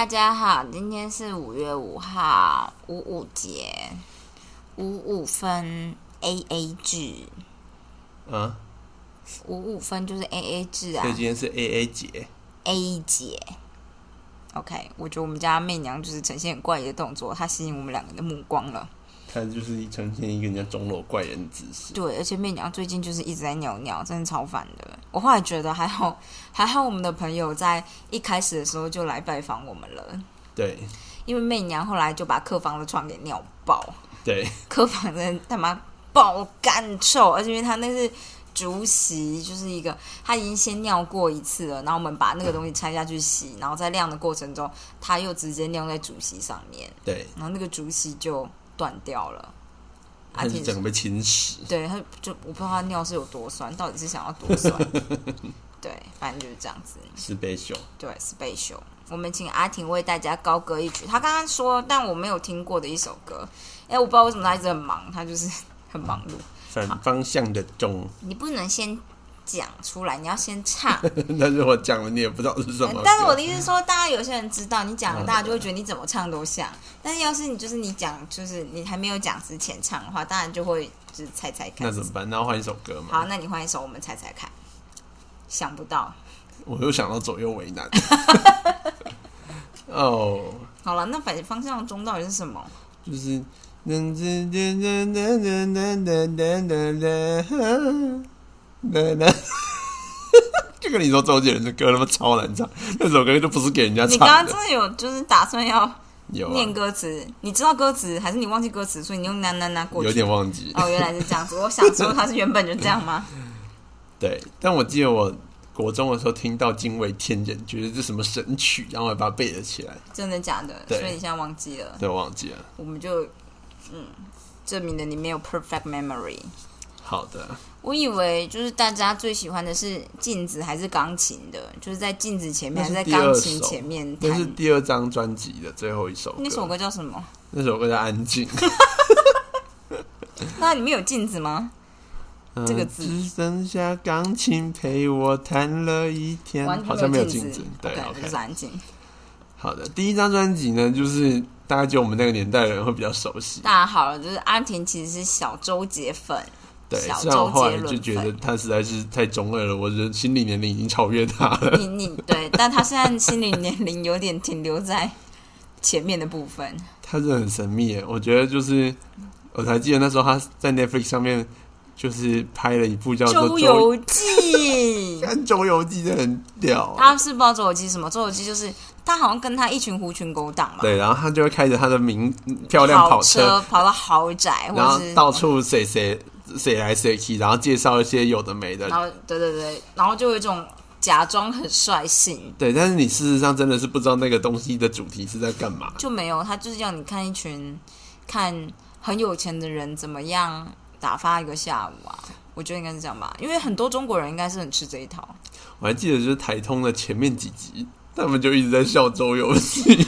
大家好，今天是5月5号，五五节，55分 AA 制。55分就是 AA 制啊。 所以今天是 AA 节。 A 节。OK， 我觉得我们家媚娘就是呈现很怪异的动作，她吸引我们两个的目光了。 她就是呈现一个人家钟楼怪人的姿势。 对，而且媚娘最近就是一直在尿尿，真的超烦的。我后来觉得还好我们的朋友在一开始的时候就来拜访我们了。 对， 因为媚娘后来就把客房的床给尿爆。 对， 客房真的他妈爆干臭，而且因为他那是竹席，就是一个他已经先尿过一次了，然后我们把那个东西拆下去洗，然后在晾的过程中，他又直接尿在竹席上面。 对， 然后那个竹席就断掉了。 他是整个被侵蚀。 对，他就我不知道他尿是有多酸，到底是想要多酸。对，反正就是这样子。 Special。 对 ，Special。我们请阿婷为大家高歌一曲，他刚刚说，但我没有听过的一首歌。我不知道为什么他一直很忙，他就是很忙碌。 反方向的钟， 你不能先讲出来，你要先唱。 但是我讲了，你也不知道是什么。 但是我的意思是说，大家有些人知道，你讲了，大家就会觉得你怎么唱都像。但是要是你讲，就是你还没有讲之前唱的话，当然就会就是猜猜看。 那怎么办？那要换一首歌吗？ 好，那你换一首，我们猜猜看。想不到。 我又想到左右为难。哦， 好了，那方向的钟到底是什么？ 就是。就跟你说周杰伦的歌那么超难唱，那首歌就不是给人家唱的。 你刚刚真的有就是打算要念歌词？ 啊、 你知道歌词还是你忘记歌词，所以你用那过去？ 有点忘记。 哦，原来是这样子。我想说他是原本就这样吗？ 对，但我记得我国中的时候听到惊为天人，觉得这什么神曲，然后还把它背了起来。 真的假的？所以你现在忘记了？ 对，我忘记了。 我们就证明了你没有 perfect memory。 好的。 我以为就是大家最喜欢的是镜子还是钢琴的，就是在镜子前面还是在钢琴前面弹。 那是第2张专辑的最后一首歌。 那首歌叫什么？ 那首歌叫《安静》。 那里面有镜子吗？这个字只剩下钢琴陪我弹了一天，好像没有镜子。对 ，OK， 就是安静。 好的，第1张专辑呢，就是大概就我们那个年代的人会比较熟悉。 大家好了，就是阿婷其实是小周杰粉。 对，虽然我后来就觉得他实在是太中二了，我的心理年龄已经超越他了。 你对，但他现在心理年龄有点停留在前面的部分。 他真的很神秘耶，我觉得就是我才记得那时候他在 Netflix 上面就是拍了一部叫做《 周游记》。 看《周游记》真的很屌。 他是不知道周游记是什么，周游记就是他好像跟他一群狐群狗党嘛。 对，然后他就会开着他的漂亮跑车跑到豪宅， 然后到处谁来谁去，然后介绍一些有的没的， 然后对，然后就有一种假装很率性， 对，但是你事实上真的是不知道那个东西的主题是在干嘛， 就没有，他就是要你看一群看很有钱的人怎么样打发一个下午啊，我觉得应该是这样吧，因为很多中国人应该是很吃这一套。 我还记得就是台通的前面几集，他们就一直在笑周游记。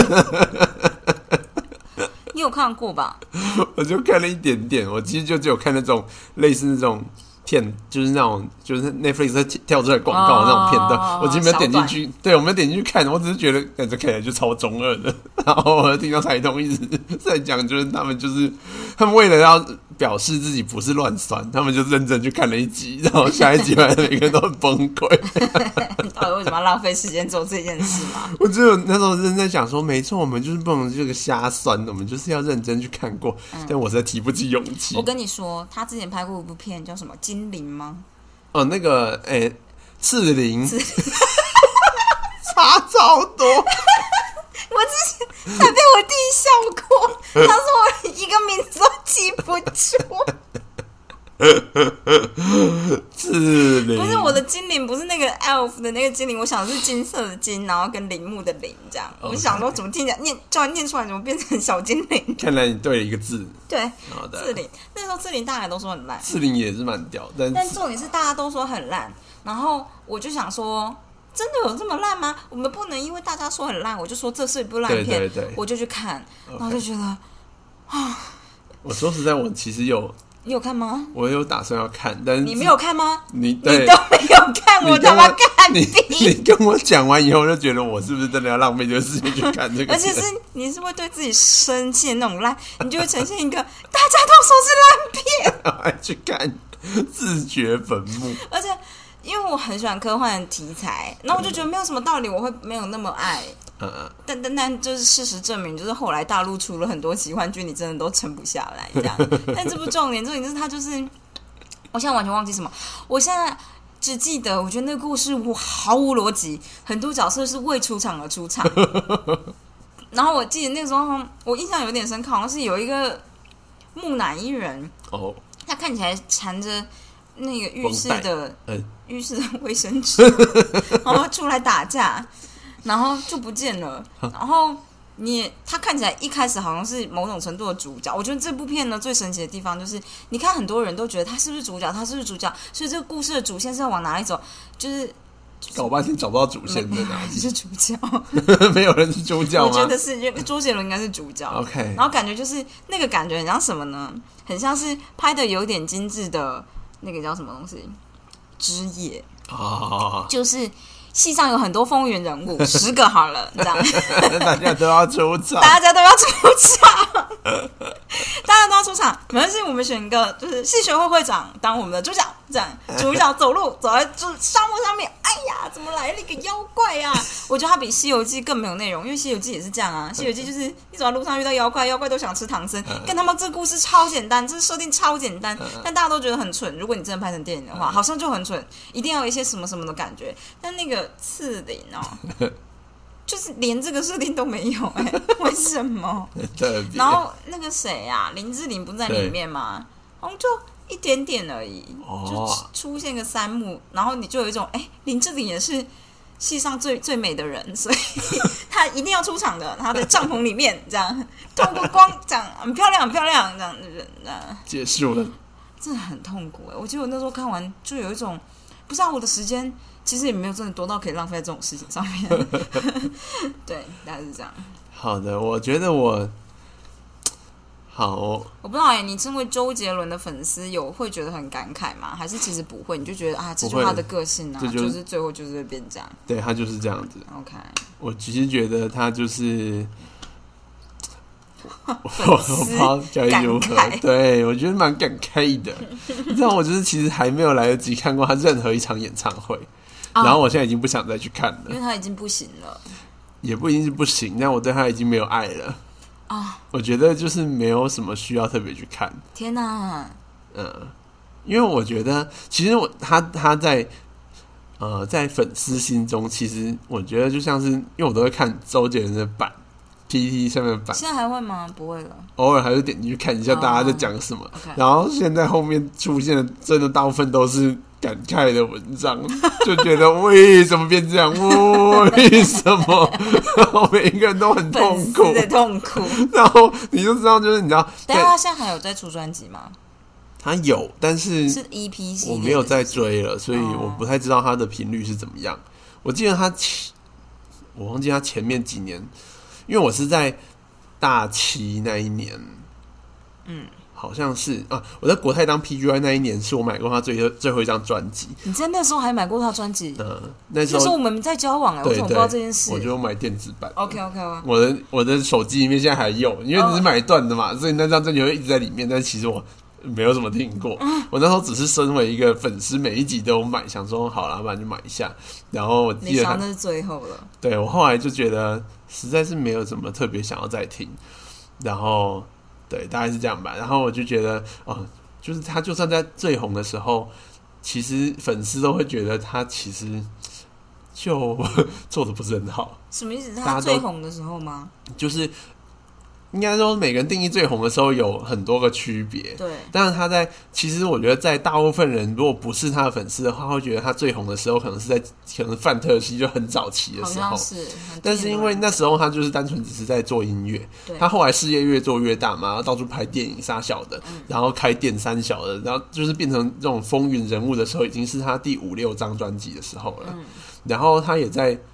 你有看过吧？ 我就看了一点点，我其实就只有看那种类似那种片，就是那种就是 Netflix 在跳出来广告的那种片段，我其实没有点进去。对，我没有点进去看，我只是觉得这看起来就超中二的。然后我听到台通一直在讲，就是他们为了要表示自己不是乱酸，他们就认真去看了一集，然后下一集每个人都很崩溃。 你到底为什么要浪费时间做这件事吗？ 我只有那时候认真在想说，没错，我们就是不能这个瞎酸，我们就是要认真去看过。但我实在提不起勇气。 我跟你说，他之前拍过一部片叫什么《精灵》吗？ 哦，那个刺陵，差超多。 我之前还被我弟笑过，他说我一个名字都记不住。 刺陵不是我的精灵，不是那个 elf 的那个精灵，我想的是金色的金，然后跟陵墓的陵这样。我想说怎么听起来叫人念出来，怎么变成小精灵？ 看来你对了一个字。 对，刺陵那时候刺陵大家都说很烂， 刺陵也是蛮屌，但重点是大家都说很烂，然后我就想说。真的有这么烂吗？我们不能因为大家说很烂，我就说这是一部烂片， 对， 我就去看，然后就觉得啊。 我说实在，我其实有你有看吗？ 我有打算要看，但是你没有看吗？ 你都没有看，我他妈看你跟我讲完以后，就觉得我是不是真的要浪费这个时间去看这个？ 而且你是会对自己生气的那种烂，你就会呈现一个大家都说是烂片， 爱去看自掘坟墓。 而且因为我很喜欢科幻的题材，然后我就觉得没有什么道理，我会没有那么爱。但就是事实证明，就是后来大陆出了很多奇幻剧，你真的都撑不下来这样。但这不重点，重点就是它就是，我现在完全忘记什么，我现在只记得，我觉得那个故事我毫无逻辑，很多角色是为出场而出场。然后我记得那个时候，我印象有点深刻，好像是有一个木乃伊人，他看起来缠着那个浴室的卫生纸，然后出来打架。然后就不见了，然后他看起来一开始好像是某种程度的主角。我觉得这部片呢最神奇的地方就是，你看很多人都觉得他是不是主角，所以这个故事的主线是要往哪里走，就是搞半天找不到主线在哪里。 是主角， 没有人是主角吗？ 我觉得是周杰伦应该是主角。 OK， 然后感觉就是那个感觉很像什么呢？很像是拍的有点精致的那个叫什么东西，枝叶就是。戏上有很多风云人物，10个好了，这样大家都要出场， 大家都要出场，没关系，我们选一个就是戏学会会长当我们的主角，这样主角走路走在就是沙漠上面，哎呀，怎么来了一个妖怪啊？我觉得它比《西游记》更没有内容，因为《西游记》也是这样啊，《西游记》就是你走在路上遇到妖怪，妖怪都想吃唐僧，跟他们这个故事超简单，这设定超简单，但大家都觉得很蠢。如果你真的拍成电影的话，好像就很蠢，一定要有一些什么什么的感觉。但那个刺陵就是连这个设定都没有为什么？然后那个谁啊，林志玲不在里面吗？好像就一点点而已，就出现个3幕，然后你就有一种林志玲也是戏上最美的人，所以她一定要出场的。她在帐篷里面这样透过光，这样很漂亮，很漂亮，这样的人结束了， 真的很痛苦我记得我那时候看完就有一种，不知道我的时间。其实也没有真的多到可以浪费在这种事情上面，对，大概是这样。 好的，我觉得我不知道你身为周杰伦的粉丝，会觉得很感慨吗？还是其实不会？你就觉得这就是他的个性啊，就是最后就是会变这样。 对，他就是这样子。 OK， 我其实觉得他就是我不知道该如何，对我觉得蛮感慨的。你知道，我就是其实还没有来得及看过他任何一场演唱会。然后我现在已经不想再去看了， 因为他已经不行了， 也不一定是不行，但我对他已经没有爱了我觉得就是没有什么需要特别去看。 天哪， 因为我觉得其实他在在粉丝心中，其实我觉得就像是，因为我都会看周杰伦的版 PPT 上面的版， 现在还会吗？不会了， 偶尔还是点进去看一下大家在讲什么。然后现在后面出现的真的大部分都是感慨的文章，就觉得为什么变这样？为什么？然后每一个人都很痛苦， 的痛苦。 然后你就知道，就是你知道， 但他现在还有在出专辑吗？ 他有，但是 EP 系列， 我没有在追了，所以我不太知道他的频率是怎么样。我记得我忘记他前面几年，因为我是在大7那一年，好像是我在国泰当 PGY 那一年，是我买过他最后一张专辑。 你在那时候还买过他专辑？ 那时候我们在交往我怎么不知道这件事？ 我就买电子版。 OK， 我的手机里面现在还有，因为你是买断的嘛，所以那张专辑会一直在里面。但其实我没有怎么听过。我那时候只是身为一个粉丝，每一集都有买，想说好了，不然就买一下。然后我记得那是最后了。 对，我后来就觉得实在是没有什么特别想要再听，然后。对，大概是这样吧。然后我就觉得，就是他就算在最红的时候，其实粉丝都会觉得他其实就做的不是很好。 什么意思？他最红的时候吗？ 就是应该说每个人定义最红的时候有很多个区别。 对， 但是他其实我觉得在大部分人如果不是他的粉丝的话，会觉得他最红的时候可能是范特西就很早期的时候。但是因为那时候他就是单纯只是在做音乐，他后来事业越做越大嘛，然后到处拍电影杀小的，然后开店三小的，然后就是变成这种风云人物的时候，已经是他第5、6张专辑的时候了。然后他也在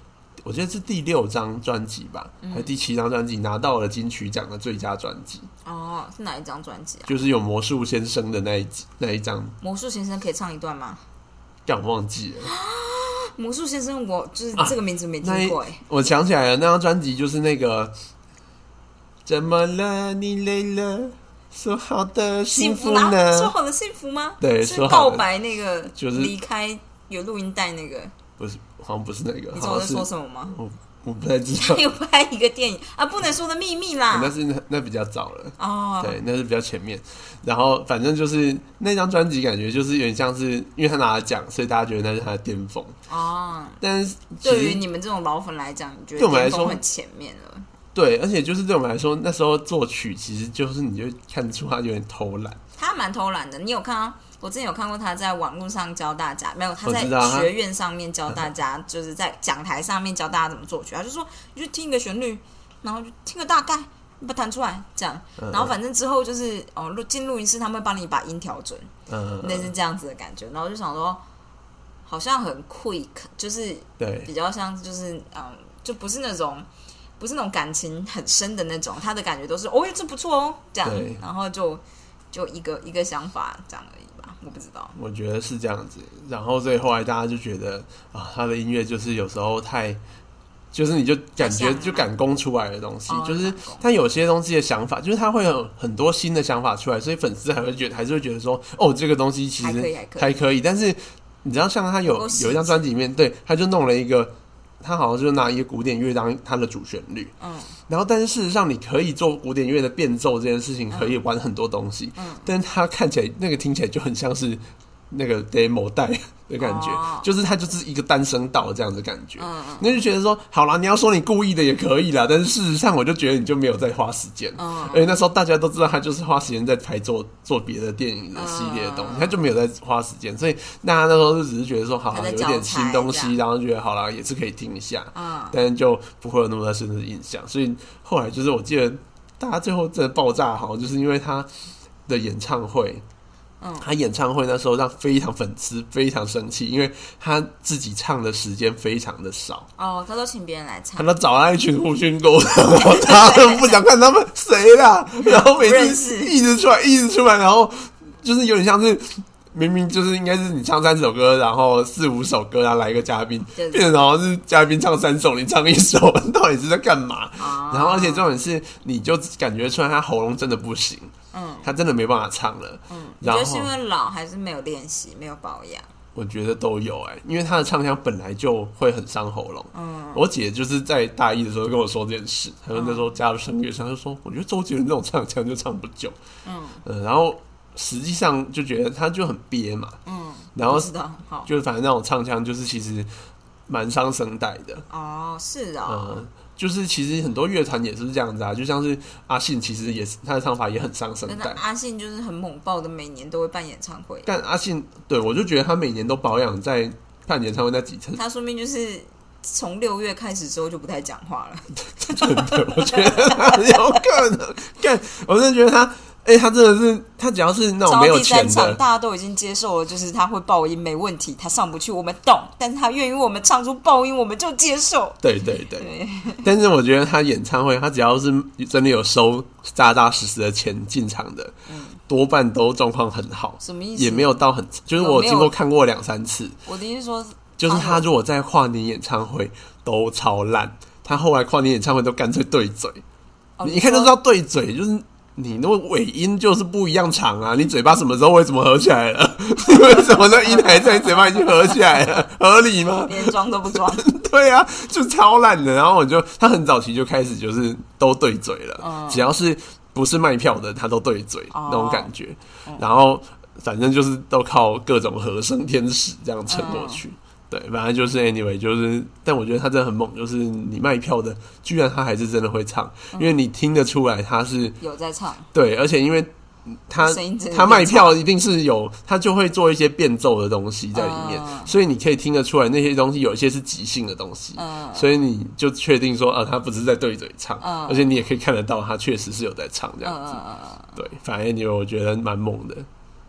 我记得是第6张专辑吧，还是第7张专辑拿到了金曲奖的最佳专辑。 哦，是哪一张专辑啊？ 就是有魔术先生的那一张。 魔术先生可以唱一段吗？ 但我忘记了。 魔术先生，我就是这个名字没听过我想起来了，那张专辑就是那个怎么了？你累了？说好的幸福呢？ 说好的幸福吗？ 对， 是告白那个， 就是离开有录音带那个。 不是，好像不是那个。 你知道我在说什么吗？ 我不太知道。 他有拍一个电影啊，不能说的秘密啦。 那比较早了哦， 对，那是比较前面。然后反正就是那张专辑，感觉就是有点像是，因为他拿了奖，所以大家觉得那是他的巅峰。 哦， 但是对于你们这种老粉来讲，你觉得巅峰很前面了？ 对，而且就是对我们来说，那时候作曲其实就是你就看得出他有点偷懒。 他蛮偷懒的，你有看到？我之前有看过他在网络上教大家，没有他在学院上面教大家，就是在讲台上面教大家怎么作曲。他就说，你就听一个旋律，然后就听个大概，你把它弹出来，这样。然后反正之后就是进录音室他们会帮你把音调准，类似这样子的感觉。然后就想说，好像很 quick， 就是比较像就是就不是那种感情很深的那种，他的感觉都是这不错哦，这样，然后就一个想法这样而已吧，我不知道。我觉得是这样子，然后所以后来大家就觉得他的音乐就是有时候太，就是你就感觉就赶工出来的东西，就是他有些东西的想法，就是他会有很多新的想法出来，所以粉丝还是会觉得说，这个东西其实还可以，但是你知道，像他有一张专辑里面，对，他就弄了一个。他好像就拿一个古典乐当他的主旋律，然后但是事实上你可以做古典乐的变奏这件事情，可以玩很多东西，但是他看起来那个听起来就很像是那个 demo 带的感觉，就是它就是一个单声道这样的感觉，那就觉得说好啦，你要说你故意的也可以啦，但是事实上我就觉得你就没有在花时间，而且那时候大家都知道他就是花时间在拍做别的电影的系列的东西，他就没有在花时间，所以大家那时候就只是觉得说好啦，有一点新东西，然后觉得好啦也是可以听一下，但是就不会有那么深的印象，所以后来就是我记得大家最后真的爆炸好，就是因为他的演唱会。他演唱会那时候让粉丝非常生气，因为他自己唱的时间非常的少。 他都请别人来唱， 他都找那一群胡军沟的，他都不想看他们谁啦，然后每次一直出来，然后就是有点像是明明就是应该是你唱3首歌，然后4、5首歌，然后来一个嘉宾，变成好像是嘉宾唱3首，你唱1首，到底是在干嘛？然后而且重点是，你就感觉出来他喉咙真的不行。他真的没办法唱了。 你觉得是因为老还是没有练习、没有保养？ 我觉得都有因为他的唱腔本来就会很伤喉咙。我姐就是在大一的时候跟我说这件事，她说那时候加入声乐上，就说我觉得周杰伦这种唱腔就唱不久。然后实际上就觉得他就很憋嘛。然后就是反正那种唱腔就是其实蛮伤声带的。 是就是其实很多乐团也是这样子啊，就像是阿信，其实也是他的唱法也很伤声带。 阿信就是很猛爆的，每年都会办演唱会。 但阿信，对我就觉得他每年都保养在办演唱会那几次。他说明就是从6月开始之后就不太讲话了。 真的，我觉得他有可能。干，我真的觉得他。他真的是，他只要是那种没有钱的， 第3场大家都已经接受了，就是他会爆音没问题，他上不去我们懂，但是他愿意为我们唱出爆音，我们就接受。 对。但是我觉得他演唱会，他只要是真的有收扎扎实实的钱进场的，多半都状况很好。 什么意思？ 也没有到很，就是我经过看过2、3次。 我的意思说， 就是他如果在跨年演唱会都超烂，他后来跨年演唱会都干脆对嘴，你一看就知道对嘴，就是。你那尾音就是不一样长啊！你嘴巴什么时候为什么合起来了？为什么那音还在嘴巴已经合起来了？合理吗？ 连装都不装。 对啊，就超烂的。然后他很早期就开始就是都对嘴了，只要是不是卖票的，他都对嘴那种感觉。然后反正就是都靠各种和声天使这样撑过去。对，反正就是 anyway， 就是，但我觉得他真的很猛，就是你卖票的，居然他还是真的会唱，因为你听得出来他是有在唱， 对，而且因为他卖票一定是有，他就会做一些变奏的东西在里面，所以你可以听得出来那些东西有一些是即兴的东西，所以你就确定说，他不是在对嘴唱，而且你也可以看得到他确实是有在唱这样子，对，反正我觉得蛮猛的。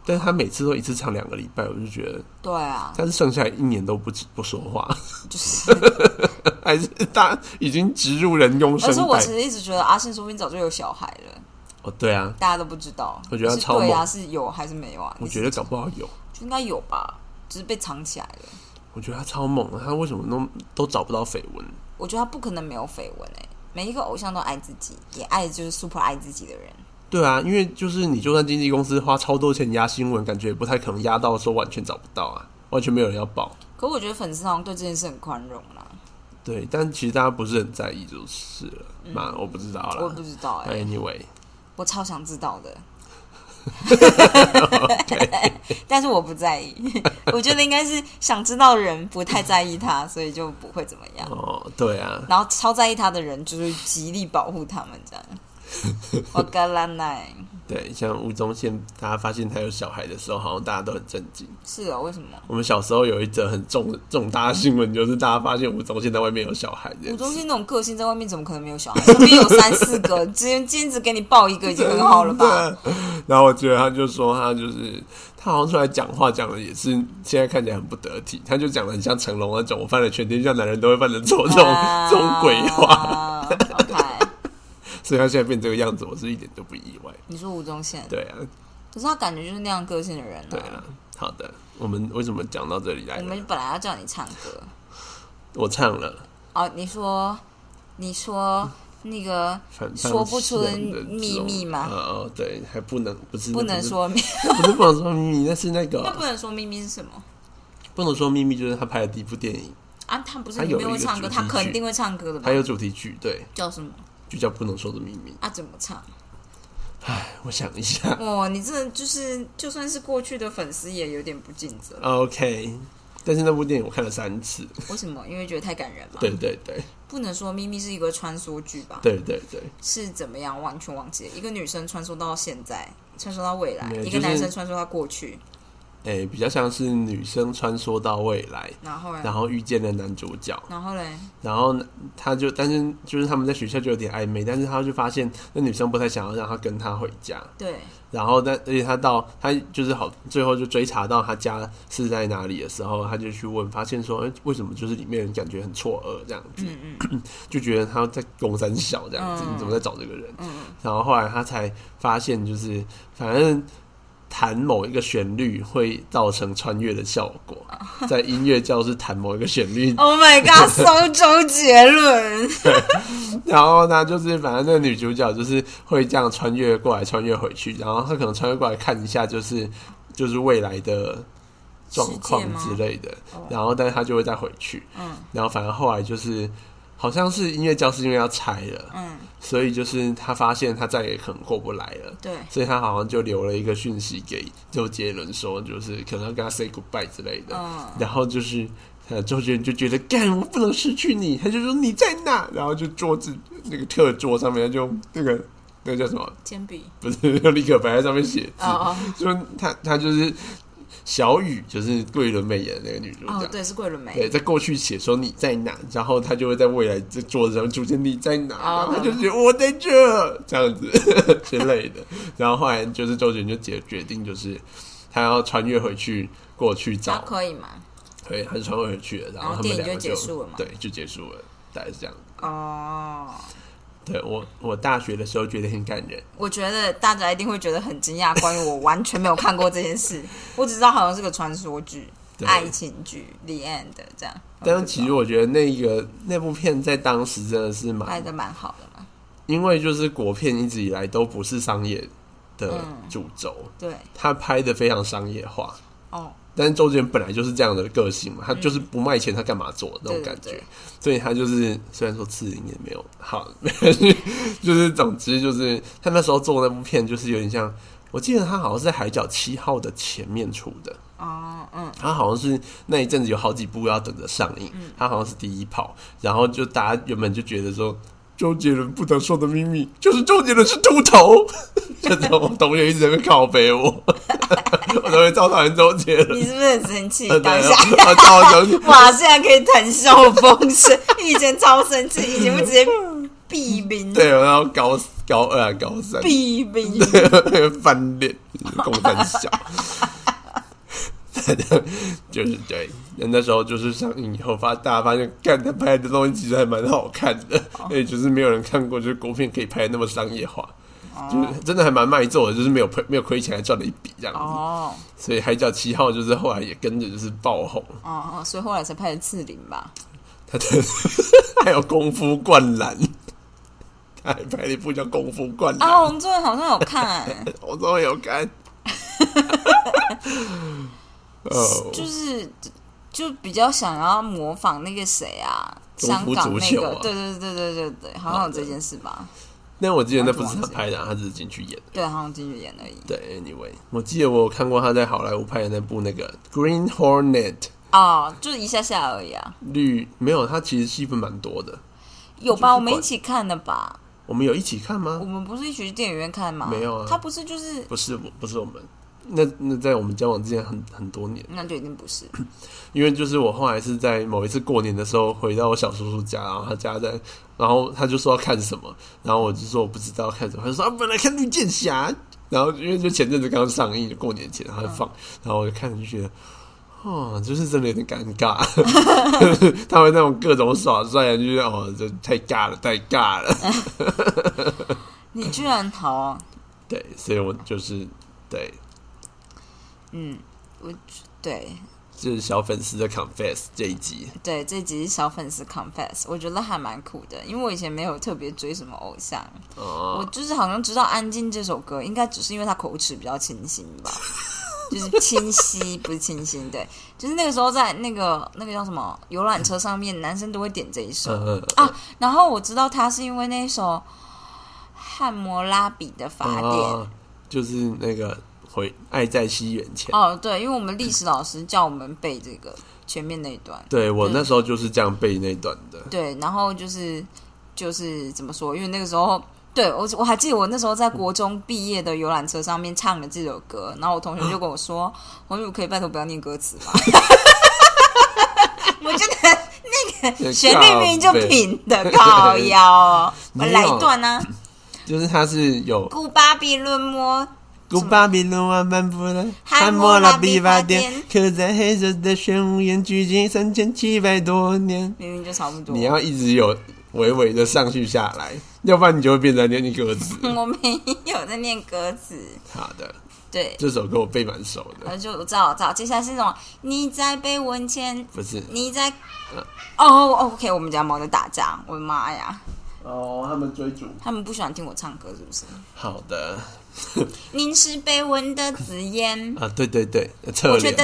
但是他每次都一次唱2个礼拜，我就觉得对啊， 但是剩下来1年都不说话， 就是还是他已经植入人工声带。 而且我其实一直觉得阿信说不定早就有小孩了。 哦，对啊， 大家都不知道。 我觉得他超猛。 对啊，是有还是没有啊？ 我觉得搞不好有， 就应该有吧，只是被藏起来了。 我觉得他超猛的，他为什么都找不到绯闻？ 我觉得他不可能没有绯闻每一个偶像都爱自己，也爱就是 super 爱自己的人。 对啊，因为就是你就算经纪公司花超多钱压新闻，感觉也不太可能压到说完全找不到啊，完全没有人要报。 可我觉得粉丝好像对这件事很宽容啦。 对，但其实大家不是很在意就是了嘛，我不知道啦， 我不知道 Anyway， 我超想知道的。 okay. 但是我不在意，我觉得应该是想知道的人不太在意他，所以就不会怎么样。 哦，对啊。 然后超在意他的人就是极力保护他们这样。我嘎啦奶。 对，像吴宗宪，大家发现他有小孩的时候，好像大家都很震惊。 是哦，为什么？我们小时候有一则很重大的新闻，就是大家发现吴宗宪在外面有小孩。 吴宗宪那种个性，在外面怎么可能没有小孩？身边有3、4个，今天只给你抱一个已经很好了吧？ 然后我觉得他就说，他好像出来讲话讲的也是现在看起来很不得体，他就讲的很像成龙那种我犯了全天下男人都会犯的错这种鬼话。 OK。 所以他现在变这个样子，我是一点都不意外。 你说吴宗宪？ 对啊， 可是他感觉就是那样个性的人啊。 对啊，好的，我们为什么讲到这里来了？ 我们本来要叫你唱歌， 我唱了。 哦，你说那个说不出的秘密吗？ 哦，对，还不能说秘密， 不能说秘密，那是那个。 那不能说秘密是什么？ 不能说秘密就是他拍的第一部电影啊，他不是里面会唱歌，他肯定会唱歌的吧？ 他有主题曲，对， 叫什么？ 就叫不能说的秘密啊？怎么唱？ 唉，我想一下。 哦，你真的就算是过去的粉丝也有点不尽责。 OK， 但是那部电影我看了3次。 为什么？因为觉得太感人嘛。 对对对。 不能说秘密是一个穿梭剧吧？ 对对对。 是怎么样？完全忘记了。一个女生穿梭到现在，穿梭到未来； 一个男生穿梭到过去。 比较像是女生穿梭到未来，然后遇见了男主角，然后他就，但是就是他们在学校就有点暧昧，但是他就发现那女生不太想要让他跟他回家， 对， 然后而且他就是最后就追查到他家是在哪里的时候，他就去问，发现说，为什么就是里面人感觉很错愕这样子，就觉得他在公三小这样子，你怎么在找这个人？然后后来他才发现，就是反正。弹某一个旋律会造成穿越的效果，在音乐教室弹某一个旋律。 Oh my god， 搜周杰伦。 然后呢，就是反正那个女主角就是会这样穿越过来，穿越回去，然后她可能穿越过来看一下，就是未来的状况之类的，然后但是她就会再回去。然后反正后来就是。好像是音乐教室因为要拆了，所以就是他发现他再也可能过不来了， 对， 所以他好像就留了一个讯息给周杰伦说，就是可能要跟他 say goodbye 之类的，然后就是周杰伦就觉得干我不能失去你，他就说你在哪，然后就桌子那个课桌上面就那个叫什么铅笔， 不是就立刻摆在上面写字，就他就是。小雨就是桂纶镁演的那个女主角， 对，是桂纶镁。 对，在过去写说你在哪，然后她就会在未来这桌子上出现你在哪，然后她就觉得我在这样子之类的。然后后来就是周杰伦就决定，就是他要穿越回去过去找， 他可以吗？ 可以，他就穿越回去了，然后他们两个就结束了嘛？ 对，就结束了，大概是这样。 哦。 对我大学的时候觉得很感人， 我觉得大家一定会觉得很惊讶，关于我完全没有看过这件事，我只知道好像是个传说剧、爱情剧 ，The End 这样。 但是其实我觉得那部片在当时真的是拍的蛮好的嘛， 因为就是国片一直以来都不是商业的主轴， 对， 他拍的非常商业化。 哦。 但是周杰伦本来就是这样的个性嘛，他就是不卖钱，他干嘛做那种感觉？所以他就是虽然说刺激也没有好，就是总之就是他那时候做那部片，就是有点像，我记得他好像是在《海角7号》的前面出的。他好像是那一阵子有好几部要等着上映，他好像是第一炮，然后就大家原本就觉得说。周杰伦不能说的秘密就是周杰伦是秃头，就是我同学一直在那边靠北我，我都会超讨厌周杰伦。 你是不是很生气？当下我超生气， 哇！现在可以谈笑风生，以前超生气，以前会直接毙命。 对，然后高2、高3 毙命， 翻脸共三小。就是对，那时候就是上映以后大家发现，干他拍的东西其实还蛮好看的，就是没有人看过，就是国片可以拍得那么商业化，就是真的还蛮卖座的，就是没有亏钱，还赚了一笔这样子。所以《海角七号》就是后来也跟着就是爆红。 所以后来才拍的刺陵吧。 他的还有《功夫灌篮》，他还拍了一部叫《功夫灌篮》。 我们昨天好像有看， 我昨天有看。 就比较想要模仿那个谁啊，香港那个，对，好像有这件事吧。 但我记得那不是他拍的，他只是进去演。 对，好像进去演而已。 对 ，anyway， 我记得我有看过他在好莱坞拍的那部那个《Green Hornet》。 就是一下下而已啊。 没有，他其实戏份蛮多的。 有吧？我们一起看的吧？ 我们有一起看吗？ 我们不是一起去电影院看吗？ 没有啊， 他不是就是不是我们。那在我们交往之前很多年， 那就一定不是。 因为就是我后来是在某一次过年的时候回到我小叔叔家，然后他家在，然后他就说要看什么，然后我就说我不知道看什么，他就说本来看绿箭侠，然后因为就前阵子刚上映，就过年前然后他放，然后我就看就觉得就是真的有点尴尬，他们那种各种耍帅，就觉得这太尬了。 你居然好对，所以我就是对。 对， 就是小粉丝的 confess 这一集。 对，这一集是小粉丝 confess， 我觉得还蛮酷的，因为我以前没有特别追什么偶像，我就是好像知道《安静》这首歌，应该只是因为他口齿比较清新吧，就是清晰，不是清新，对，就是那个时候在那个叫什么游览车上面，男生都会点这一首然后我知道他是因为那一首《汉谟拉比的法典》 就是那个。爱在西元前。 对，因为我们历史老师叫我们背这个前面那一段。 对，我那时候就是这样背那一段的。 对，然后就是怎么说？因为那个时候，对我还记得我那时候在国中毕业的游览车上面唱了这首歌，然后我同学就跟我说：“黄玉，可以拜托不要念歌词吗？”我觉得那个旋律明明就平的，靠腰我来一段啊， 就是它是有古巴比伦魔。 古巴比伦瓦颁布了汉谟拉比法典，刻在黑色的玄武岩，距今3700多年。 明明就差不多。 你要一直有微微的上去下来，要不然你就会变成念歌词。 我没有在念歌词。 好的。 对， 这首歌我背蛮熟的。 就我知道。接下来是什么？你在被蚊前， 不是你在OK， 我们家猫在打架，我的妈呀！ 他们追逐， 他们不喜欢听我唱歌，是不是？ 好的。 您是被蚊的紫烟对，侧脸，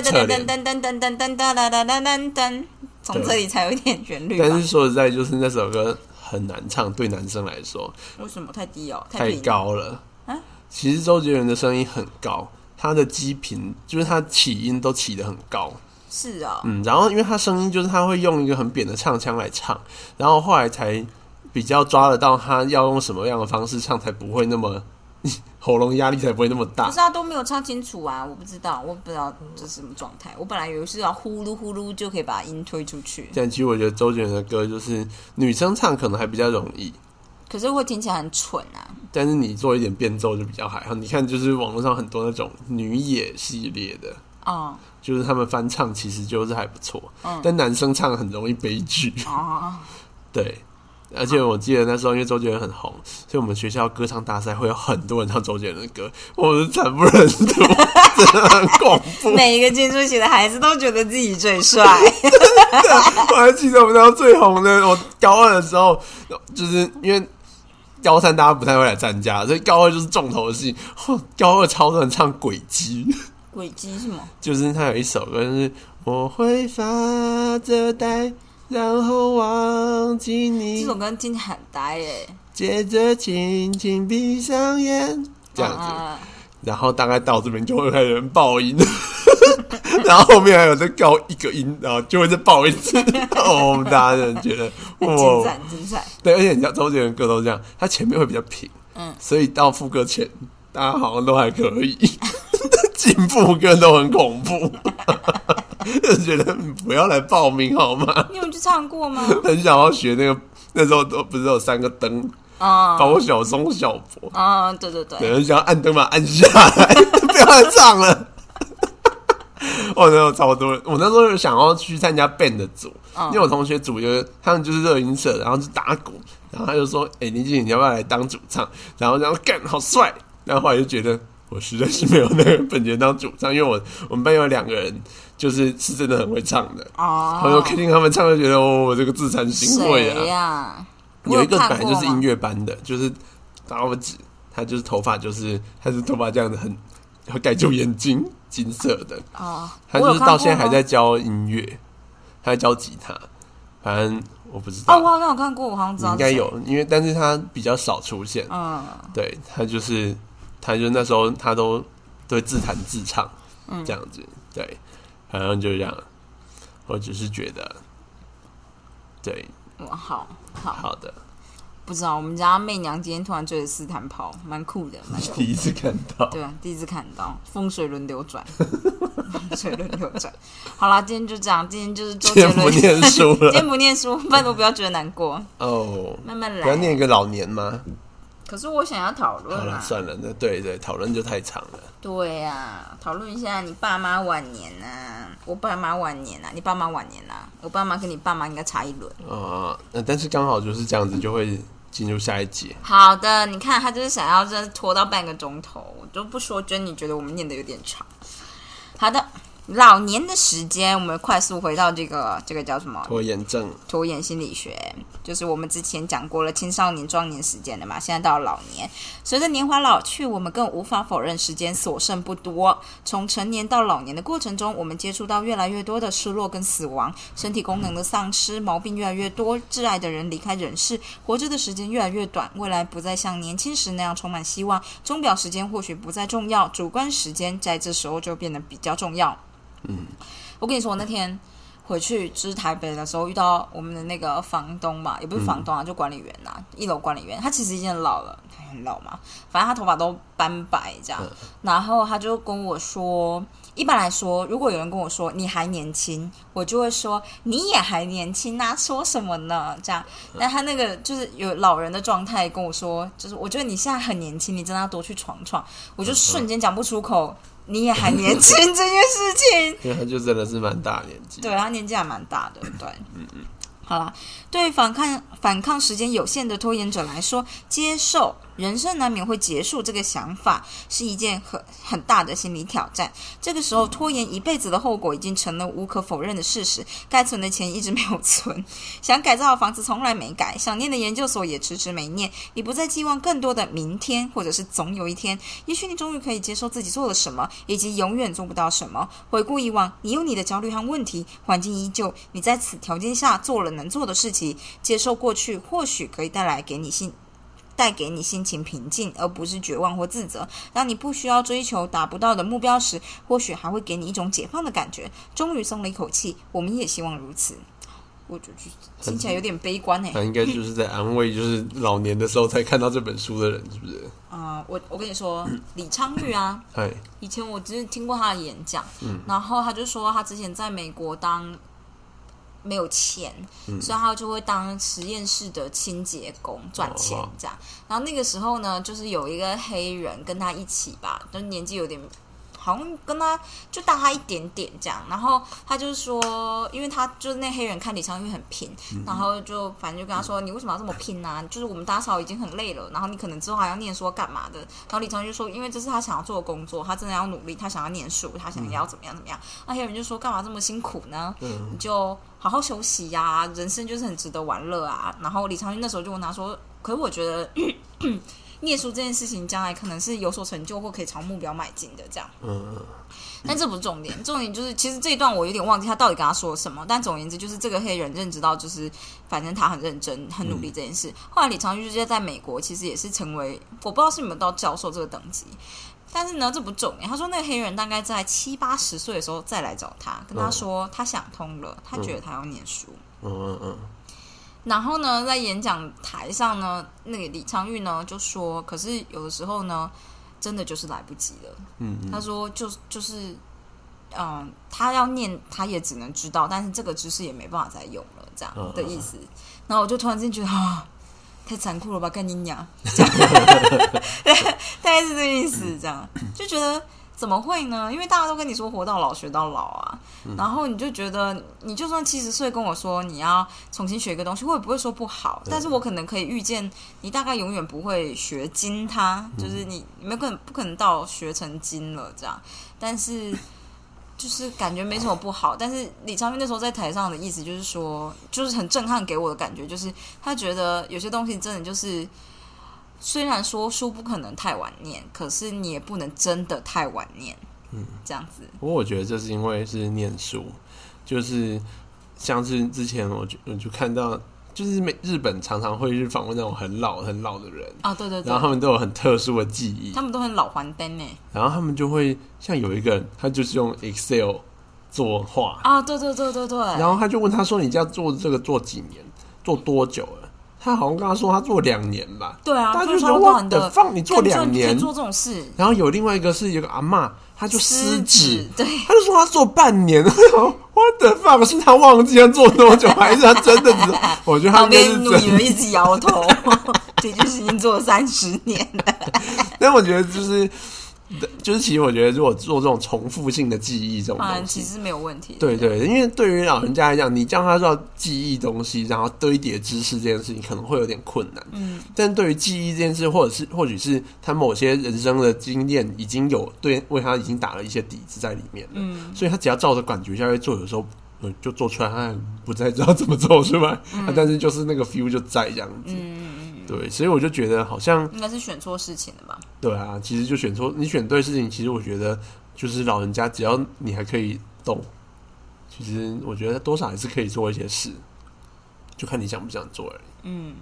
从这里才有一点旋律。 但是说实在，就是那首歌很难唱，对男生来说。 为什么？太低太高了。其实周杰伦的声音很高，他的基频就是他起音都起得很高。 是然后因为他声音就是他会用一个很扁的唱腔来唱，然后后来才比较抓得到他要用什么样的方式唱才不会那么喉咙压力才不会那么大。 可是他都没有唱清楚啊，我不知道这是什么状态。我本来以为是要呼噜呼噜就可以把音推出去。 但其实我觉得周杰伦的歌就是女生唱可能还比较容易， 可是会听起来很蠢啊。 但是你做一点变奏就比较还好。你看，就是网络上很多那种女野系列的，就是他们翻唱其实就是还不错，但男生唱很容易悲剧。对。而且我记得那时候，因为周杰伦很红，所以我们学校歌唱大赛会有很多人唱周杰伦的歌，我们惨不忍睹，真的很恐怖。 每一个进出席的孩子都觉得自己最帅。 我还记得我们那时候最红的，我高二的时候，就是因为高三大家不太会来参加，所以高二就是重头戏。高二超多人唱《轨迹》。 轨迹是什么？ 就是他有一首歌，就是我会发着呆。然后忘记你， 这首歌听起来很呆耶。 接着轻轻闭上眼，这样子，然后大概到这边就会开始爆音，然后后面还有再高一个音，然后就会再爆一次。大家真的觉得精彩。 对，而且你知道周杰伦歌都这样，他前面会比较平，所以到副歌前，大家好像都还可以，进副歌都很恐怖。就觉得不要来报名好吗？ 你有去唱过吗？ 很想要学那个，那时候都不是有3个灯把我小松小博， 对对对， 对，很想要按灯把它按下来，不要再唱了。我那时候超多人，我那时候想要去参加 band 的组，因为我同学组他们就是热音社，然后就打鼓，然后他就说：“林静，你要不要来当主唱？”然后干好帅，然后后来就觉得我实在是没有那个本钱当主唱，因为我们班有2个人是真的很会唱的，我就听他们唱就觉得我这个自惭形秽啊。 谁呀？ 有一个本来就是音乐班的，就是高子，他就是头发他是头发这样子会盖住眼睛，金色的。他就是到现在还在教音乐，他在教吉他，反正我不知道。 我好像有看过，我好像知道。 应该有，但是他比较少出现。对，他就那时候他都会自弹自唱，这样子。对，好像就这样。我只是觉得，对，好的。 不知道，我们家媚娘今天突然追着斯坦跑，蛮酷的， 第一次看到， 对啊，第一次看到，风水轮流转，风水轮流转。好啦，今天就这样，今天就是周杰伦， 今天不念书了， 今天不念书，不然都不要觉得难过哦， 慢慢来， 不要念一个老年吗？ 可是我想要讨论啊， 好了，算了，那对，讨论就太长了。 对啊，讨论一下你爸妈晚年啊，我爸妈晚年啊，你爸妈晚年啊，我爸妈跟你爸妈应该差一轮但是刚好就是这样子，就会进入下一节。 好的，你看他就是想要拖到半个钟头，我就不说Jenny觉得我们念的有点长。好的，老年的时间，我们快速回到这个叫什么？ 拖延症、 拖延心理学，就是我们之前讲过了青少年、壮年时间的嘛，现在到了老年。随着年华老去，我们更无法否认时间所剩不多。从成年到老年的过程中，我们接触到越来越多的失落跟死亡，身体功能的丧失，毛病越来越多，挚爱的人离开人世，活着的时间越来越短，未来不再像年轻时那样充满希望。钟表时间或许不再重要，主观时间在这时候就变得比较重要。我跟你说，我那天回去就是台北的时候，遇到我们的那个房东吧，也不是房东啊，就管理员啊，1楼管理员。他其实已经很老了，很老嘛，反正他头发都斑白这样。然后他就跟我说，一般来说，如果有人跟我说你还年轻，我就会说你也还年轻啊，说什么呢？这样。但他那个就是有老人的状态跟我说，就是我觉得你现在很年轻，你真的要多去闯闯。我就瞬间讲不出口。你也还年轻这件事情， 因为他就真的是蛮大年纪， 对，他年纪还蛮大的，对，好啦，对于反抗时间有限的拖延者来说，接受人生难免会结束这个想法是一件很大的心理挑战。这个时候，拖延一辈子的后果已经成了无可否认的事实。该存的钱一直没有存，想改造的房子从来没改，想念的研究所也迟迟没念。你不再寄望更多的明天，或者是总有一天，也许你终于可以接受自己做了什么，以及永远做不到什么。回顾以往，你有你的焦虑和问题，环境依旧，你在此条件下做了能做的事情。接受过去，或许可以带给你心情平静，而不是绝望或自责。当你不需要追求达不到的目标时，或许还会给你一种解放的感觉。终于松了一口气，我们也希望如此。我觉得听起来有点悲观他应该就是在安慰，就是老年的时候才看到这本书的人，是不是？ 我跟你说，李昌钰啊，以前我只是听过他的演讲，然后他就说他之前在美国没有钱，所以他就会当实验室的清洁工赚钱这样。然后那个时候呢，就是有一个黑人跟他一起吧，就年纪有点好像跟他就大他一点点这样。然后他就是说，因为他就是那黑人看李昌钰很拼，然后就反正就跟他说，你为什么要这么拼啊？就是我们打扫已经很累了，然后你可能之后还要念书干嘛的？然后李昌钰就说，因为这是他想要做的工作，他真的要努力，他想要念书，他想要怎么样怎么样。那黑人就说，干嘛这么辛苦呢？你就好好休息呀，人生就是很值得玩乐啊。然后李昌钰那时候就问他说，可是我觉得念书这件事情将来可能是有所成就或可以朝目标迈进的这样。但这不是重点，重点就是其实这一段我有点忘记他到底跟他说什么，但总而言之就是这个黑人认知到就是反正他很认真很努力这件事。后来李昌钰就在美国其实也是成为，我不知道是有没有到教授这个等级，但是呢这不重点。他说那个黑人大概在70-80岁的时候再来找他，跟他说他想通了，他觉得他要念书。然后呢在演讲台上呢，那个李昌钰呢就说，可是有的时候呢真的就是来不及了。他说就是他要念他也只能知道，但是这个知识也没办法再用了这样的意思。然后我就突然间觉得太残酷了吧，干你娘！这样大概是这个意思，这样就觉得。怎么会呢？因为大家都跟你说活到老学到老啊，然后你就觉得你就算70岁跟我说你要重新学一个东西，我也不会说不好，但是我可能可以预见你大概永远不会学精它，就是你没可能不可能到学成精了这样，但是就是感觉没什么不好。但是李昌钰那时候在台上的意思就是说，就是很震撼给我的感觉，就是他觉得有些东西真的就是。虽然说书不可能太晚念，可是你也不能真的太晚念，这样子。 不过我觉得这是因为是念书，就是像是之前我就看到，就是日本常常会去访问那种很老很老的人啊，对对对， 然后他们都有很特殊的记忆， 他们都很老还灯呢。 然后他们就会像有一个人，他就是用 Excel 作画啊，对对对对对， 然后他就问他说：“你家做这个做几年？做多久了？”他好像跟他说他做2年吧。 对啊， 他就觉得哇的放你做2年， 做这种事。 然后有另外一个是有个阿嬷，他就失职， 对， 他就说他做半年。我的放是他忘记他做多久，还是他真的只？我觉得他应该是真的。 旁边女儿一直摇头，这就是已经做了30年了。 但我觉得就是其实我觉得如果做这种重复性的记忆这种东西， 其实没有问题。 对对，因为对于老人家来讲，你叫他要记忆东西，然后堆叠知识这件事情可能会有点困难。但对于记忆这件事，或许是他某些人生的经验已经有为他已经打了一些底子在里面了。所以他只要照着感觉下去做，有时候就做出来，他不再知道怎么做出来，但是就是那个 feel 就在这样子。对，所以我就觉得好像应该是选错事情了吧？ 对啊，其实就你选对事情，其实我觉得就是老人家只要你还可以动，其实我觉得多少还是可以做一些事，就看你想不想做而已。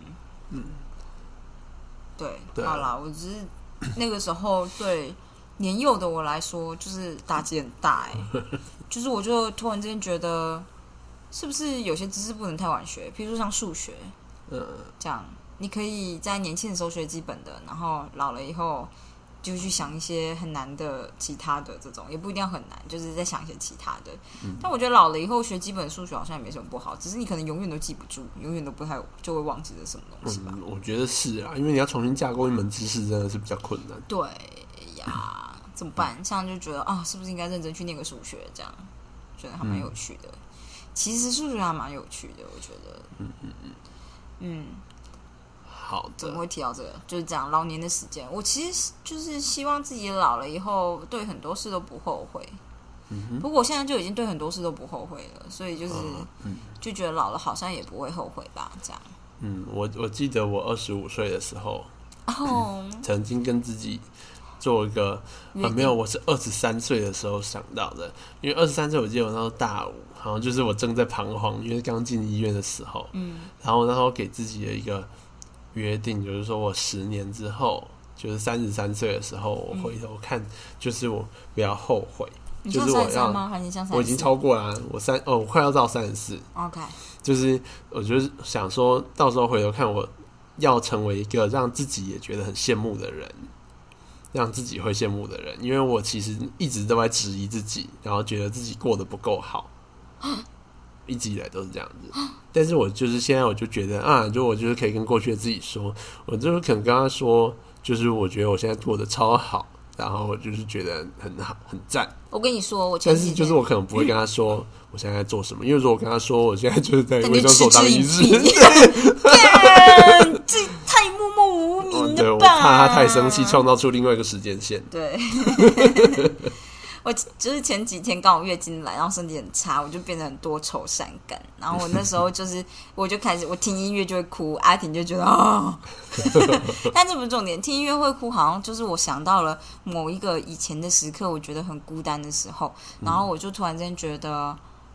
对，好啦，我只是那个时候对年幼的我来说，就是打击很大就是我就突然之间觉得，是不是有些知识不能太晚学？譬如说像数学，这样。你可以在年轻的时候学基本的，然后老了以后就去想一些很难的其他的这种，也不一定要很难，就是在想一些其他的。但我觉得老了以后学基本数学好像也没什么不好，只是你可能永远都记不住，永远都不太就会忘记这是什么东西吧。 我觉得是啊，因为你要重新架构一门知识真的是比较困难。 对呀，怎么办？像就觉得是不是应该认真去念个数学？这样觉得还蛮有趣的。其实数学还蛮有趣的，我觉得。 好的， 怎么会提到这个？就是讲老年的时间，我其实就是希望自己老了以后对很多事都不后悔。不过我现在就已经对很多事都不后悔了，所以就是就觉得老了好像也不会后悔吧，这样。 我记得我25岁的时候，曾经跟自己做一个没有，我是23岁的时候想到的，因为23岁我记得我那时候大5，好像就是我正在彷徨，因为刚进医院的时候，然后那时候给自己的一个约定，就是说我10年之后，就是33岁的时候，我回头看，就是我不要后悔。 你像33吗？还是像34？ 我已经超过了我快要到34。 OK， 就是我就是想说到时候回头看，我要成为一个让自己也觉得很羡慕的人，让自己会羡慕的人，因为我其实一直都在质疑自己，然后觉得自己过得不够好。一直以来都是这样子，但是我就是现在我就觉得就我就是可以跟过去的自己说，我就是可能跟他说，就是我觉得我现在过得超好，然后我就是觉得很好很赞。 我跟你说， 但是就是我可能不会跟他说我现在在做什么，因为如果我跟他说我现在就是在卫生所当医师， 这太默默无名了吧？ 对，我怕他太生气，创造出另外一个时间线。 对。我就是前几天刚好月经来，然后身体很差，我就变得很多愁善感。然后我那时候就是我就开始我听音乐就会哭，阿婷就觉得但这不是重点，听音乐会哭好像就是我想到了某一个以前的时刻，我觉得很孤单的时候，然后我就突然间觉得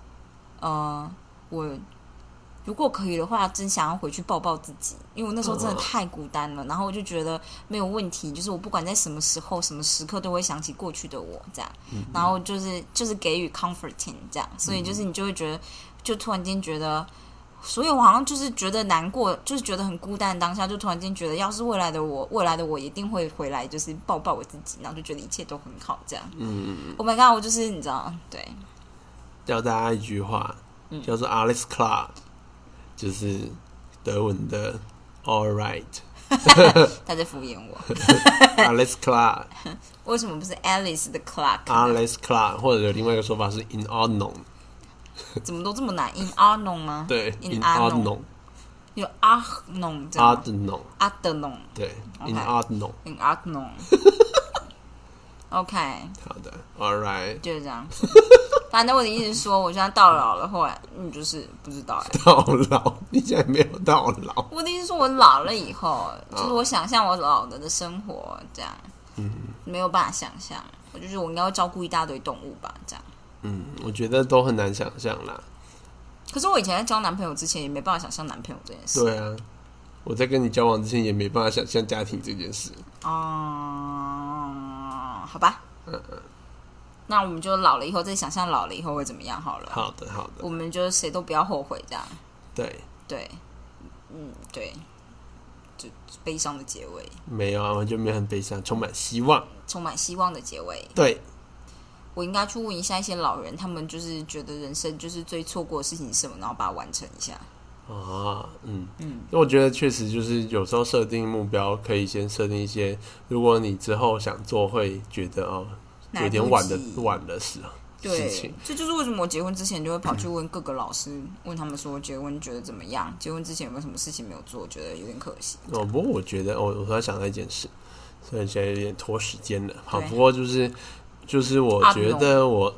我如果可以的话，真想要回去抱抱自己，因为我那时候真的太孤单了。然后我就觉得没有问题，就是我不管在什么时候、什么时刻，都会想起过去的我这样。然后就是给予 comforting 这样，所以就是你就会觉得，就突然间觉得，所以我好像就是觉得难过，就是觉得很孤单的当下，就突然间觉得，要是未来的我一定会回来，就是抱抱我自己，然后就觉得一切都很好这样。Oh my god， 我就是你知道，对， 教大家一句话，叫做 Alles klar。就是德文的 All right， 他在敷衍我。 Alex Clark， 为什么不是 Alice 的 Clark？ Alex Clark， 或者有另外一个说法是 In unknown， 怎么都这么难 ？In unknown 吗？ 对 ，In unknown， 有 unknown 这样吗 unknown， 对 In In unknown。OK， 好的 ，All right， 就是这样。反正我的意思是说，我现在到老了，后来就是不知道到老，你现在没有到老。 我的意思是说，我老了以后，就是我想象我老了的生活，这样，没有办法想象。我就觉得我应该会照顾一大堆动物吧，这样。 我觉得都很难想象啦。 可是我以前在交男朋友之前，也没办法想象男朋友这件事。 对啊，我在跟你交往之前，也没办法想象家庭这件事。 好吧。那我们就老了以后再想象老了以后会怎么样好了。 好的，好的。 我们就谁都不要后悔，这样。 对， 对，对，就悲伤的结尾。 没有啊，完全没有很悲伤，充满希望， 充满希望的结尾。 对， 我应该去问一下一些老人，他们就是觉得人生就是最错过的事情是什么，然后把它完成一下。 我觉得确实就是有时候设定目标，可以先设定一些，如果你之后想做，会觉得有点晚的事情。 这就是为什么我结婚之前就会跑去问各个老师，问他们说结婚觉得怎么样？结婚之前有没有什么事情没有做，觉得有点可惜。 不过我觉得我突然想到一件事，虽然现在有点拖时间了。好，不过就是我觉得我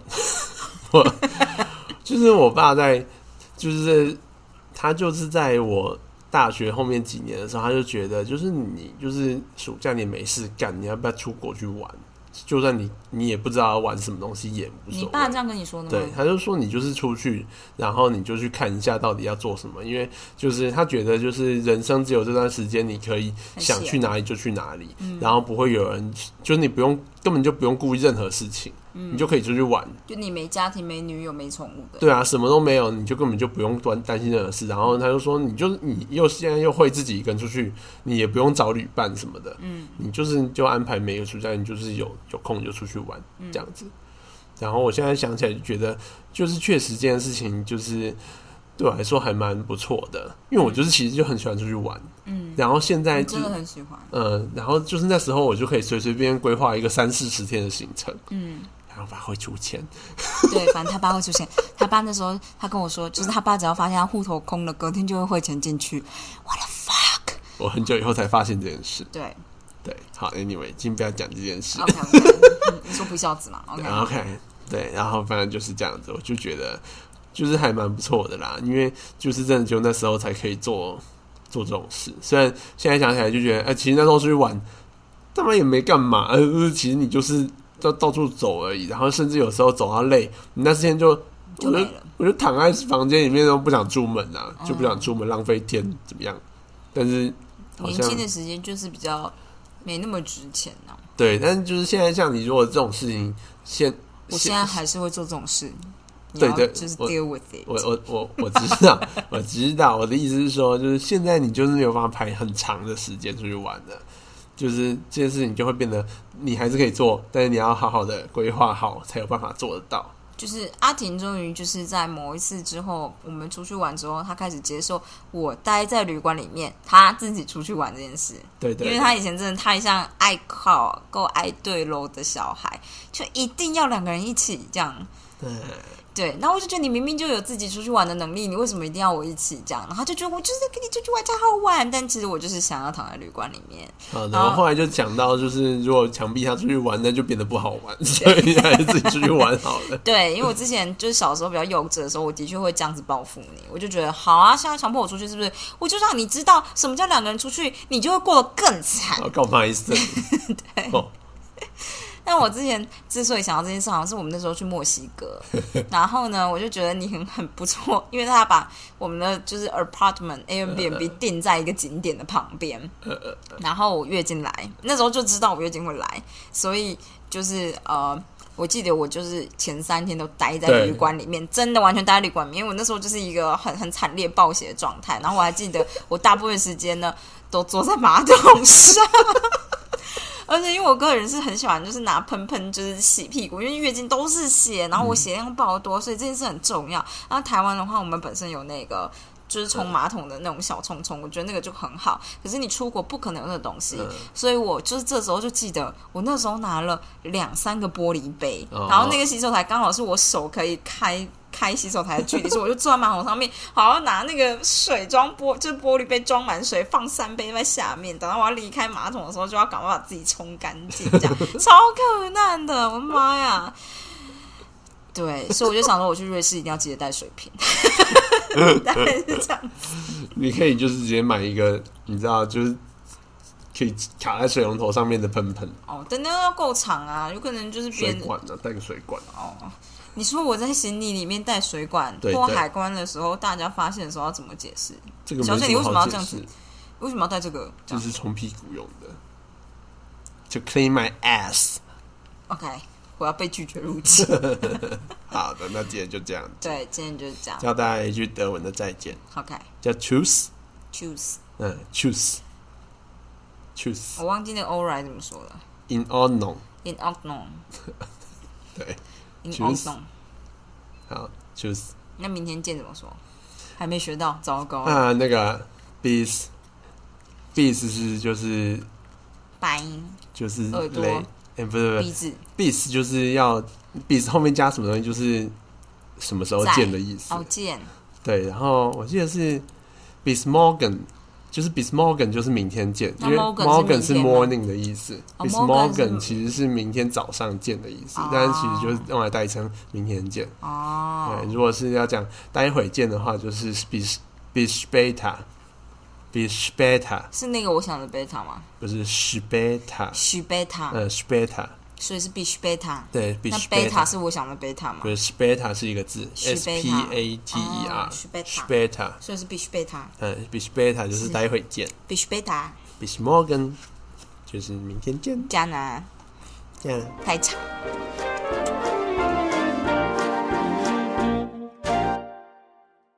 就是我爸在，就是他就是在我大学后面几年的时候，他就觉得就是你就是暑假你没事干，你要不要出国去玩？就算你也不知道要玩什么东西也无所谓。 你爸这样跟你说的吗？ 对，他就说你就是出去，然后你就去看一下到底要做什么，因为就是他觉得就是人生只有这段时间，你可以想去哪里就去哪里，然后不会有人，就是你根本就不用顾虑任何事情。你就可以出去玩， 就你没家庭、没女友、没宠物的， 对啊，什么都没有，你就根本就不用担心任何事。然后他就说，你现在又会自己一个人出去，你也不用找旅伴什么的，你就安排每个暑假，你就是有空就出去玩这样子。然后我现在想起来就觉得，就是确实这件事情就是对我来说还蛮不错的，因为我就是其实就很喜欢出去玩，然后现在真的很喜欢， 然后就是那时候我就可以随随便便规划一个30-40天的行程，然后爸会出钱， 对，反正他爸会出钱。他爸那时候他跟我说，就是他爸只要发现他户头空了，隔天就会汇钱进去。What the fuck！ 我很久以后才发现这件事。 对， 好 ，anyway， 先不要讲这件事。 OK， 你说不孝子嘛 ？OK， 对，然后反正就是这样子，我就觉得就是还蛮不错的啦，因为就是真的就那时候才可以做这种事。虽然现在想起来就觉得，其实那时候出去玩，他们也没干嘛，其实你就是到处走而已，然后甚至有时候走到累，你那时间我就躺在房间里面都不想出门啊，就不想出门浪费天怎么样？但是好像年轻的时间就是比较没那么值钱啊。 对，但是就是现在像你如果这种事情， 我现在还是会做这种事。 对， 就是 deal with it。 我知道，我知道。我的意思是说，就是现在你就是没有办法排很长的时间出去玩的。就是这件事情就会变得你还是可以做，但是你要好好的规划好，才有办法做得到。 就是阿婷终于就是在某一次之后，我们出去玩之后，她开始接受我待在旅馆里面，她自己出去玩这件事。 对， 因为她以前真的太像爱靠够爱对喽的小孩，就一定要2个人一起这样。对，然后我就觉得你明明就有自己出去玩的能力，你为什么一定要我一起这样？然后他就觉得我就是在跟你出去玩才好玩，但其实我就是想要躺在旅馆里面。 然后后来就讲到，就是如果强逼他出去玩，那就变得不好玩，所以还是自己出去玩好了。 对，因为我之前就是小时候比较幼稚的时候，我的确会这样子报复你，我就觉得好啊，现在强迫我出去是不是？我就让你知道什么叫2个人出去，你就会过得更惨。 干嘛意思？ 对。但我之前之所以想到这件事，好像是我们那时候去墨西哥，然后呢，我就觉得你很不错，因为他把我们的就是 apartment Airbnb 定在一个景点的旁边，然后我月经来，那时候就知道我月经会来，所以就是我记得我就是前3天都待在旅馆里面，真的完全待在旅馆里面，因为我那时候就是一个很惨烈暴血的状态，然后我还记得我大部分时间呢都坐在马桶上。而且因为我个人是很喜欢就是拿喷就是洗屁股，因为月经都是血，然后我血量爆多，所以这件事很重要。然后台湾的话，我们本身有那个就是冲马桶的那种小冲冲，我觉得那个就很好。可是你出国不可能有那个东西，所以我就是这时候就记得，我那时候拿了2-3个玻璃杯，然后那个洗手台刚好是我手可以开洗手台的距离，所以我就坐在马桶上面，好好拿那个水就是玻璃杯装满水，放3杯在下面，等到我要离开马桶的时候，就要赶快把自己冲干净，这样超困难的，我的妈呀！对，所以我就想说，我去瑞士一定要记得带水瓶，大概是这样子。 你可以就是直接买一个，你知道，就是可以卡在水龙头上面的喷喷。 哦，但那要够长啊，有可能就是别人水管啊，带个水管。 哦，你说我在行李里面带水管过海关的时候，大家发现的时候要怎么解释？ 这个小姐，你为什么要这样子？为什么要带这个？ 就是冲屁股用的，就 clean my ass。OK。 我要被拒绝入境。 好的，那今天就这样。 对，今天就是这样。 教大家一句德文的再见。 OK。 叫 choose。 choose。 choose。 我忘记那个 alright 怎么说了。 in ordnung。 in ordnung。 对。 in ordnung。 好 ，choose。 那明天见怎么说？还没学到，糟糕。 那个 bis 是就是白音， 就是耳朵。 不是鼻子 bis 就是要 bis 后面加什么东西，就是什么时候见的意思。 见。 对，然后我记得是 bis morgen， 就是 bis morgen 就是明天见，因为 morgen 是 morning 的意思。bis morgen 其实是明天早上见的意思，但是其实就是用来代称明天见。对，如果是要讲待会见的话，就是 bis später。bis später 是那个我想的 beta 吗？ 不是 später。später。 所以是 bis später。 对， 那 beta 是我想的 beta 吗？ 不是 später 是一个字 ，S-P-A-T-E-R。später。 所以是 bis später。 bis später 就是待会见。 bis später。 bis morgen 就是明天见。 加拿。 这样。 太长。